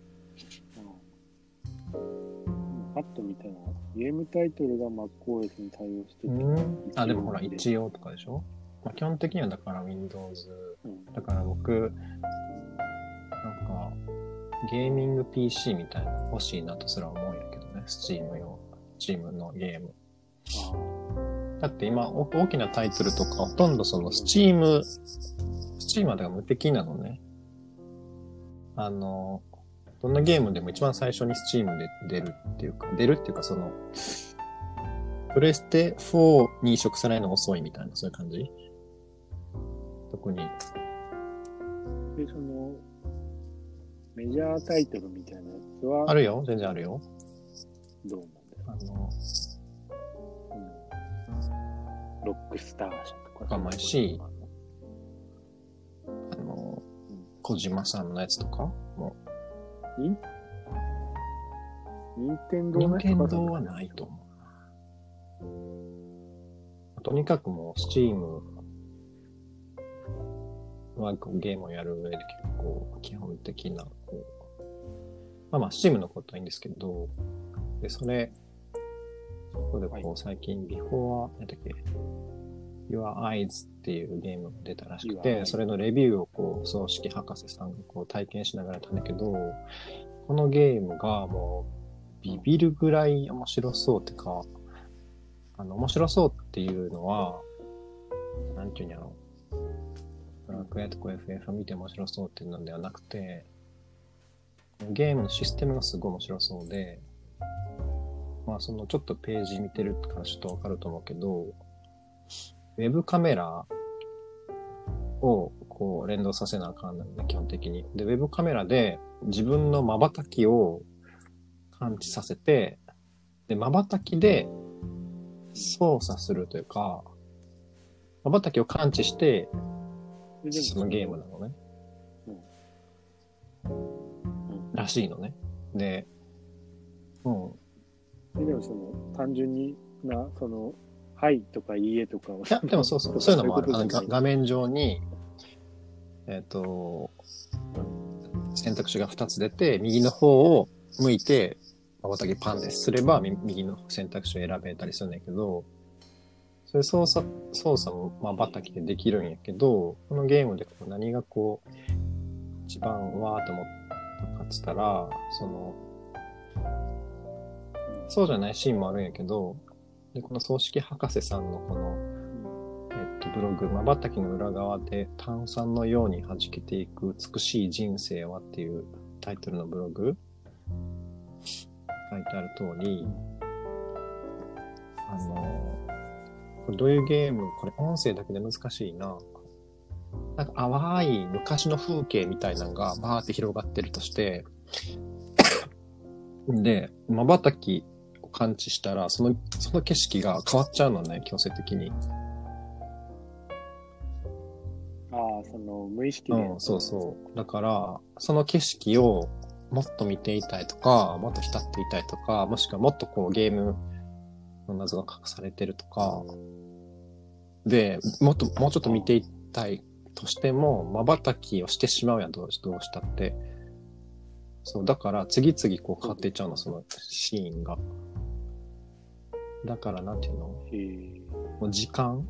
Speaker 1: うん。パッと見たら、ゲームタイトルが MacOS に対応してて。
Speaker 2: うん。あ、でもほら、一応とかでしょ？まあ、基本的にはだから Windows、うん、だから僕なんかゲーミング ピーシー みたいなの欲しいなとすら思うんやけどね、Steam 用 Steam のゲーム。だって今大きなタイトルとかほとんどその Steam Steam までが無敵なのね。あのどんなゲームでも一番最初に Steam で出るっていうか出るっていうかそのプレステフォーに移植されるの遅いみたいなそういう感じ。特に。
Speaker 1: で、その、メジャータイトルみたいなやつは
Speaker 2: あるよ、全然あるよ。
Speaker 1: どうなんだよ。あの、うん、ロックスター社とか。
Speaker 2: かまいし、あの、うん、小島さんのやつとかも。
Speaker 1: ニンニンテンドー
Speaker 2: のやつとか。ニンテンドーはないと思う。とにかくもう、スチーム、はゲームをやる上で結構基本的な、こう、まあまあ、Steam のことはいいんですけど、で、それ、そこでこう、最近、Before、なんだっけ、Your Eyes っていうゲームが出たらしくて、それのレビューをこう、葬式博士さんがこう、体験しながらやったんだけど、このゲームがもう、ビビるぐらい面白そうってか、あの、面白そうっていうのは、なんていうんやろう。ドラクエとか エフエフ を見て面白そうっていうのではなくて、ゲームのシステムがすごい面白そうで、まあそのちょっとページ見てるからちょっとわかると思うけど、ウェブカメラをこう連動させなあかんので、基本的に。で、ウェブカメラで自分の瞬きを感知させて、で、瞬きで操作するというか、瞬きを感知して進むゲームなのね。うん、らしいのね。で、うん。
Speaker 1: でもその、単純にな、その、はいとかいいえとかを。い
Speaker 2: や、でもそうそう、そういうのもある。あの画面上に、えっと、選択肢がふたつ出て、右の方を向いて、瞬きパンですれば、右の選択肢を選べたりするんだけど、そういう操作、操作も瞬きでできるんやけど、このゲームで何がこう、一番わーと思ったかっつったら、その、そうじゃないシーンもあるんやけど、で、この葬式博士さんのこの、えっと、ブログ、瞬きの裏側で炭酸のように弾けていく美しい人生はっていうタイトルのブログ、書いてある通り、あの、これどういうゲーム、これ音声だけで難しいな。なんか淡い昔の風景みたいなのがバーって広がってるとして、で、瞬きを感知したら、その、その景色が変わっちゃうのね、強制的に。
Speaker 1: ああ、その無意識で。
Speaker 2: うん、そうそう。だから、その景色をもっと見ていたいとか、もっと浸っていたいとか、もしくはもっとこうゲームの謎が隠されてるとか、で、もっと、もうちょっと見ていたいとしても、瞬きをしてしまうやん、どうし、どうしたって。そう、だから次々こう変わっていっちゃうの、そのシーンが。だからなんていうの？もう時間？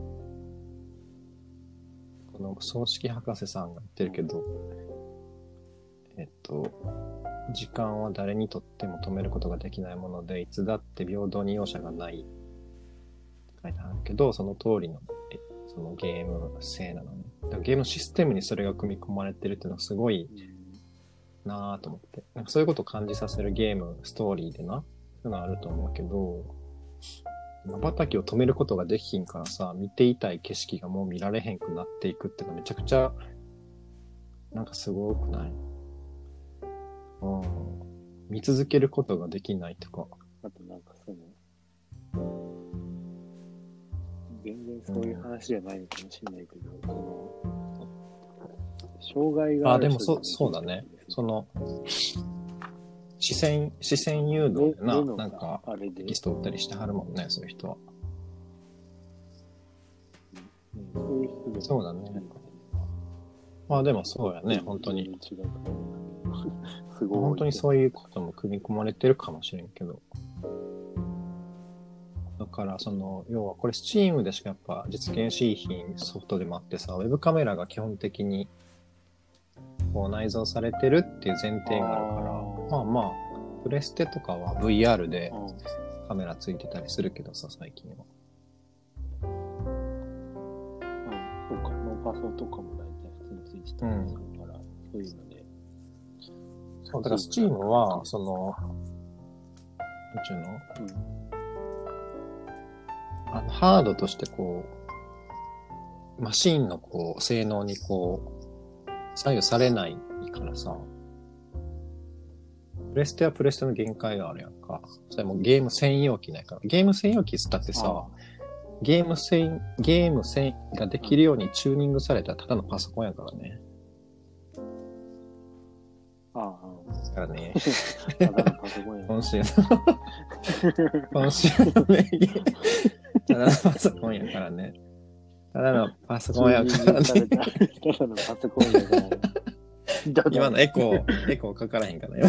Speaker 2: この葬式博士さんが言ってるけど、えっと、時間は誰にとっても止めることができないもので、いつだって平等に容赦がないって書いてあるけど、その通りの、そのゲーム性なのね。だからゲームシステムにそれが組み込まれてるっていうのはすごいなぁと思って。なんかそういうことを感じさせるゲーム、ストーリーでな、そういうのあると思うけど、瞬きを止めることができひんからさ、見ていたい景色がもう見られへんくなっていくってのはめちゃくちゃ、なんかすごくない？うん。見続けることができないとか。
Speaker 1: あとなんかその、全然そういう話じゃないのかもしれないけど、うん、その、障害がある人、
Speaker 2: あ、でもそ、そうだね。その、視線、視線誘導でな、なんか、テキスト打ったりしてはるもんね、そういう人は。
Speaker 1: うん、そういう人で
Speaker 2: そうだね。まあでもそうやね、本当に。すごい。本当にそういうことも組み込まれてるかもしれんけど。だからその、要はこれ Steam でしかやっぱ実現しひんソフトでもあってさ、ウェブカメラが基本的にこう内蔵されてるっていう前提があるから、まあまあ、プレステとかは ブイアール でカメラついてたりするけどさ、最近は。
Speaker 1: うん、そうか、ノーパソとかも大体普通についてたりするから、うん、そういうので。
Speaker 2: そう、だから Steam は、その、なんちゅうの、うんあのハードとしてこう、マシンのこう、性能にこう、左右されないからさ、プレステはプレステの限界があるやんか。それもゲーム専用機ないから。ゲーム専用機つったってさ、ゲーム専、ゲーム専ができるようにチューニングされたただのパソコンやからね。
Speaker 1: ああ。
Speaker 2: だからね。
Speaker 1: ただのパソコンや。
Speaker 2: 今週の、今週のね、ただのパソコンやからね。ただのパソコンやからね。
Speaker 1: ただのパソコンやからね。
Speaker 2: 今のエコー、エコーかからへんからよ。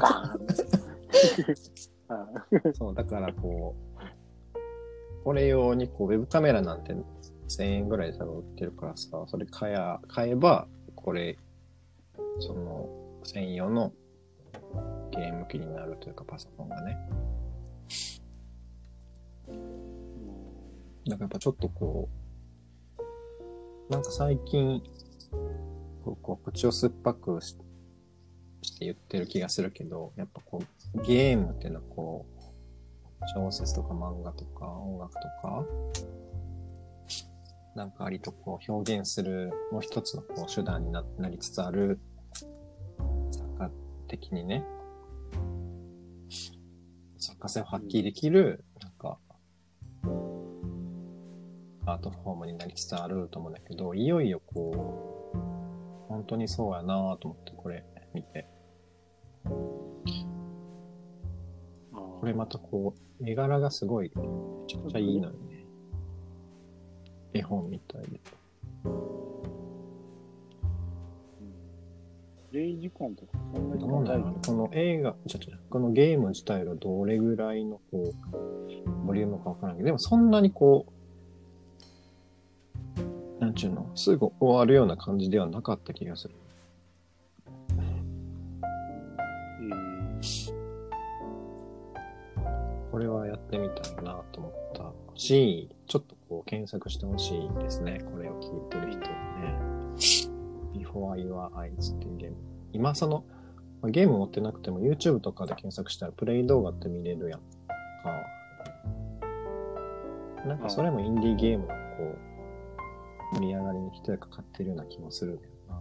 Speaker 2: そう、だからこう、これ用にこう、ウェブカメラなんてせんえんぐらいで多分売ってるからさ、それ買や、買えば、これ、その、専用のゲーム機になるというかパソコンがね。なんかやっぱちょっとこう、なんか最近、こう口を酸っぱく し, して言ってる気がするけど、やっぱこう、ゲームっていうのはこう、小説とか漫画とか音楽とか、なんかありとこう表現するもう一つのこう手段に な, なりつつある作家的にね。 作家性を発揮できる、なんか、アートフォームになりつつあると思うんだけど、いよいよこう、本当にそうやなぁと思ってこれ見て。これまたこう、絵柄がすごい、めちゃくちゃいいのよね。絵本みたいで。
Speaker 1: プレイ時間とかそんなに
Speaker 2: どうなのこの映画、ちょっと、このゲーム自体がどれぐらいのこう、ボリュームかわからないけど、でもそんなにこう、なんちゅうの、すぐ終わるような感じではなかった気がする。これはやってみたいなと思ったし、ちょっとこう検索してほしいですね。これを聞いてる人はね。Before Your Eyes っていうゲーム。今その、ゲーム持ってなくても YouTube とかで検索したらプレイ動画って見れるやんか。なんかそれもインディーゲームのこう、盛り上がりに一役買ってるような気もするけどな。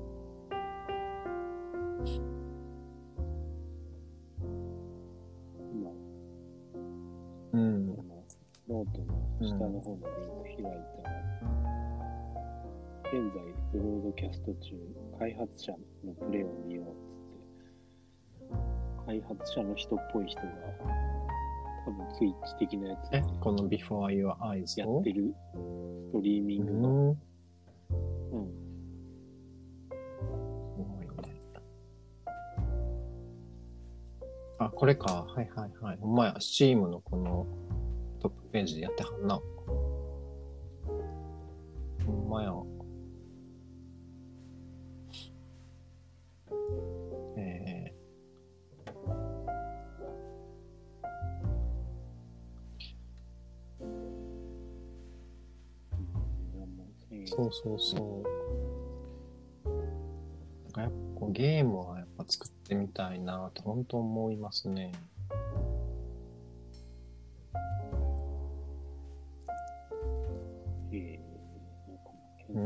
Speaker 2: うん。
Speaker 1: ノートの下の方のリンク開いたら、うん、現在ブロードキャスト中、開発者のプレイを見ようっつって、開発者の人っぽい人が、多分ツイッチ的なやつ
Speaker 2: え、この Before Your Eyes
Speaker 1: やってるストリーミングが、
Speaker 2: うん。
Speaker 1: うん。
Speaker 2: すごいね。あ、これか。はいはいはい。ほんまや、Steam のこのトップページでやってはんな。ほんまや。えー、そうそうそう。なんかやっぱこうゲームはやっぱ作ってみたいなと本当思いますね。うん、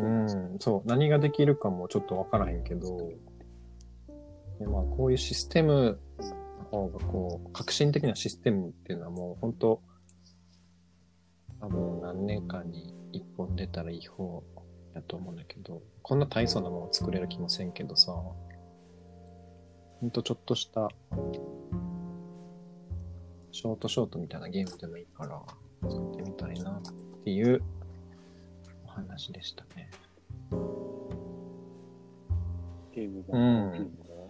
Speaker 2: そう。何ができるかもちょっとわからへんけど、でまあこういうシステムの方がこう、革新的なシステムっていうのはもう本当、多分何年間に一本出たらいい方だと思うんだけど、こんな大層なものを作れる気もせんけどさ、ほんとちょっとしたショートショートみたいなゲームでもいいから作ってみたいなっていうお話でしたね。
Speaker 1: ゲームが、うん、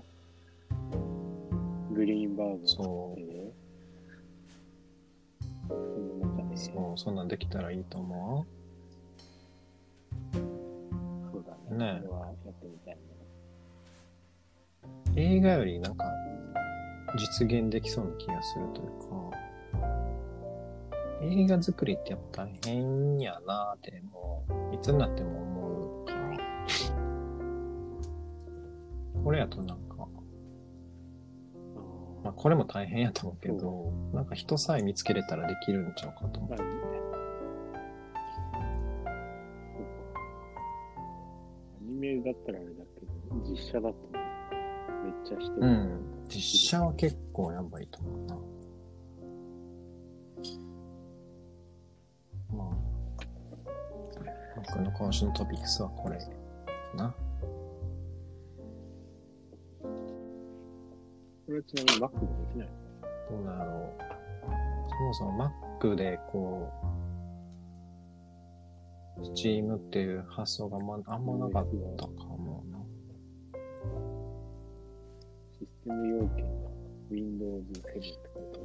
Speaker 1: グリーンバーグを作ってね。その中で、
Speaker 2: そう、そんなんできたらいいと思
Speaker 1: う。そうだね。ね、これはやってみたいね。
Speaker 2: 映画よりなんか実現できそうな気がするというか、映画作りってやっぱ大変やなーってもういつになっても思うから、これやとなんか、まあこれも大変やと思うけど、なんか人さえ見つけれたらできるんちゃうかと思って。
Speaker 1: アニメだったらあれだけど、実写だとめっちゃ人
Speaker 2: が、うん、実写は結構やばいと思うな。まあ、僕の今週のトピックスはこれかな。
Speaker 1: これはちなみに Mac でできない
Speaker 2: の？どうだろう。そもそも Mac でこう、Steam っていう発想がまあんまなかったかもな。
Speaker 1: システム要件が ウィンドウズセブン ってこと？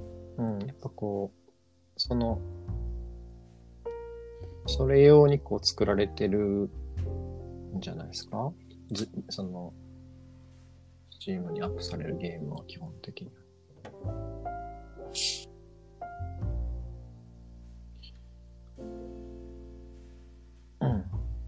Speaker 2: うん、やっぱこう、その、それ用にこう作られてるんじゃないですか？ずその、Steam にアップされるゲームは基本的に。うん。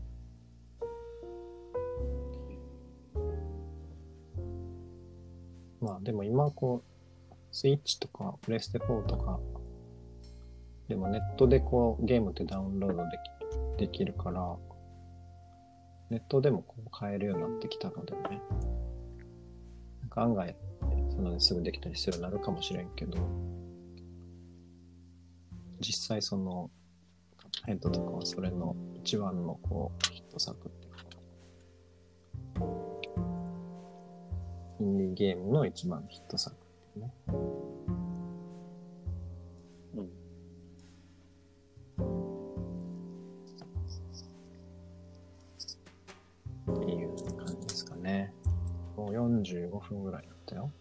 Speaker 2: まあでも今こう、スイッチとかプレステフォーとか、でもネットでこうゲームってダウンロードでき、できるから、ネットでもこう買えるようになってきたのでね。なんか案外、そのすぐできたりするようになるかもしれんけど、 実際そのヘッドとかはそれの一番のこうヒット作っていうかインディーゲームの一番のヒット作っていうね。うん。っていう感じですかね。もうよんじゅうごふんぐらいだったよ。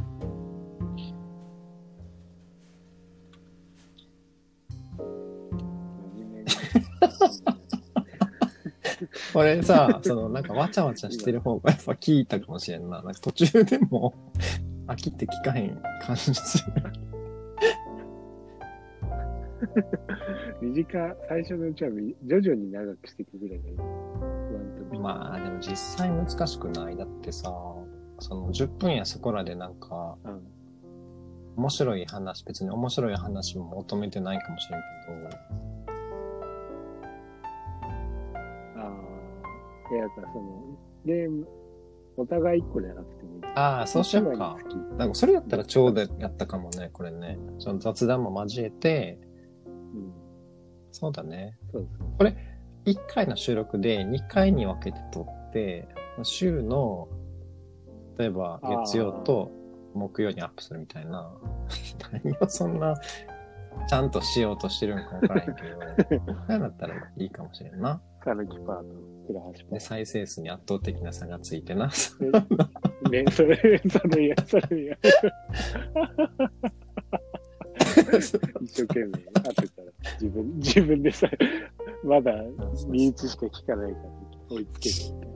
Speaker 2: これさ、そのなんかわちゃわちゃしてる方がやっぱ聞いたかもしれんな。なんか途中でも飽きて聞かへん感じする。
Speaker 1: 短、最初のうちは徐々に長くしていくぐらいがいい。
Speaker 2: まあでも実際難しくない。だってさ、そのじゅっぷんやそこらでなんか、うん、面白い話、別に面白い話も求めてないかもしれんけど、
Speaker 1: いや、その、ゲーム、お互い一個じゃなくてもいい。
Speaker 2: ああ、そうしようか。なんかそれだったらちょうどやったかもね、これね。その雑談も交えて、うん、そうだね。そうですね。これ、いっかいの収録でにかいに分けて撮って、週の、例えば月曜と木曜にアップするみたいな。何をそんな、ちゃんとしようとしてるんか分からへんけど、そうだったらいいかもしれんな。
Speaker 1: カルキパート。
Speaker 2: で、再生数に圧倒的な差がついてな。
Speaker 1: ね、それ、それや、それや。一生懸命当てたら、自分、自分でさ、まだ身内しか聞かないから追いつけるみたいな。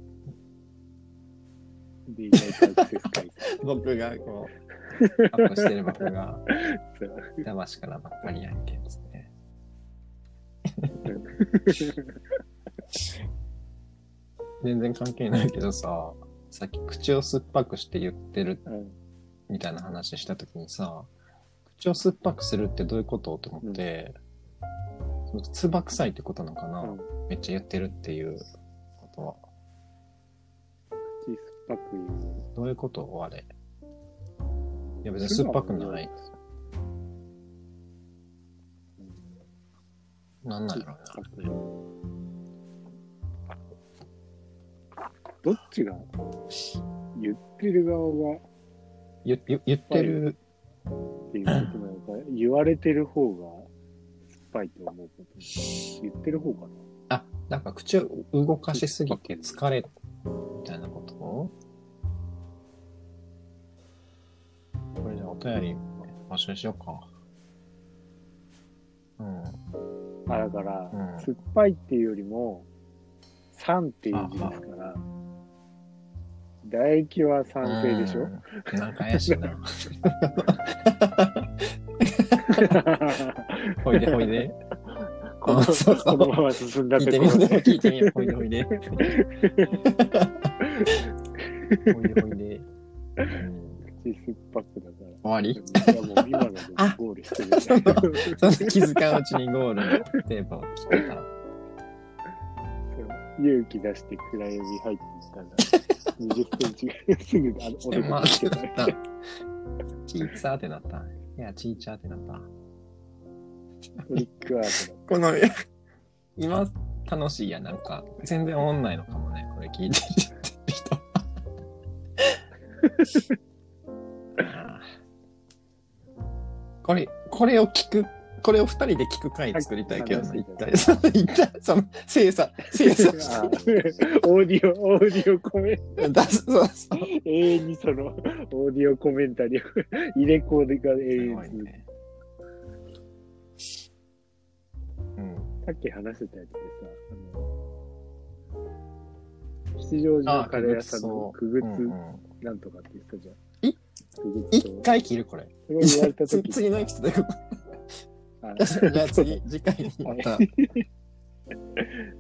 Speaker 1: で、意外とアクセス回数。
Speaker 2: 僕がこう、アップしてる僕が、騙しからばっかりやんけんですね。全然関係ないけどさ、さっき口を酸っぱくして言ってるみたいな話したときにさ、口を酸っぱくするってどういうことと思って、うん、つば臭いってことなのかな、うん、めっちゃ言ってるっていうことは。
Speaker 1: 口酸っぱく言う。
Speaker 2: どういうことあれ。いや別に酸っぱくない。なんなんやろうな。
Speaker 1: どっちが言ってる側が
Speaker 2: 言, 言ってる
Speaker 1: っていうことなのか、言われてる方が酸っぱいと思うこと。言ってる方かな。
Speaker 2: あ、なんか口を動かしすぎて疲れみたいなこと？これじゃあお便り募集しようか。うん。
Speaker 1: あ、だから、うん、酸っぱいっていうよりも酸っていう字ですから。唾液は酸性でしょ。
Speaker 2: なんか怪しいな。ほいでほいで。
Speaker 1: この、そうそうこのまま進んだところで。
Speaker 2: 聞いてみよう、ほいでほいで。ほいでほいで。
Speaker 1: 口酸っぱくだから。
Speaker 2: 終わり？
Speaker 1: いやもう今のでゴールしてる。
Speaker 2: その気づかんうちにゴールのテーマを切ってた。
Speaker 1: 勇気出して暗闇入っていったんだ。にじゅっセンチぐらいすぐあの俺が来てた。
Speaker 2: チーチャーってなった。いや、チーチャーってなった。
Speaker 1: トリックアートだ。
Speaker 2: この、今楽しいや、なんか。全然思んないのかもね、これ聞いてる人。これ、これを聞く。これを二人で聞く回作りたいけど、一体、その、一体、その、精査、精査して。
Speaker 1: オーディオ、オーディオコメン
Speaker 2: タリー。そうそう。
Speaker 1: 永遠にその、オーディオコメンタリーを入れコーデが永遠に、ね。うん。さっき話してたやつでさ、あの、吉祥寺のカレー屋さんのくぐつなんとかって言ってたじゃん。
Speaker 2: え一回切るこれ。
Speaker 1: それを言われた時
Speaker 2: 次のエピソードじゃあ次、次回にまた。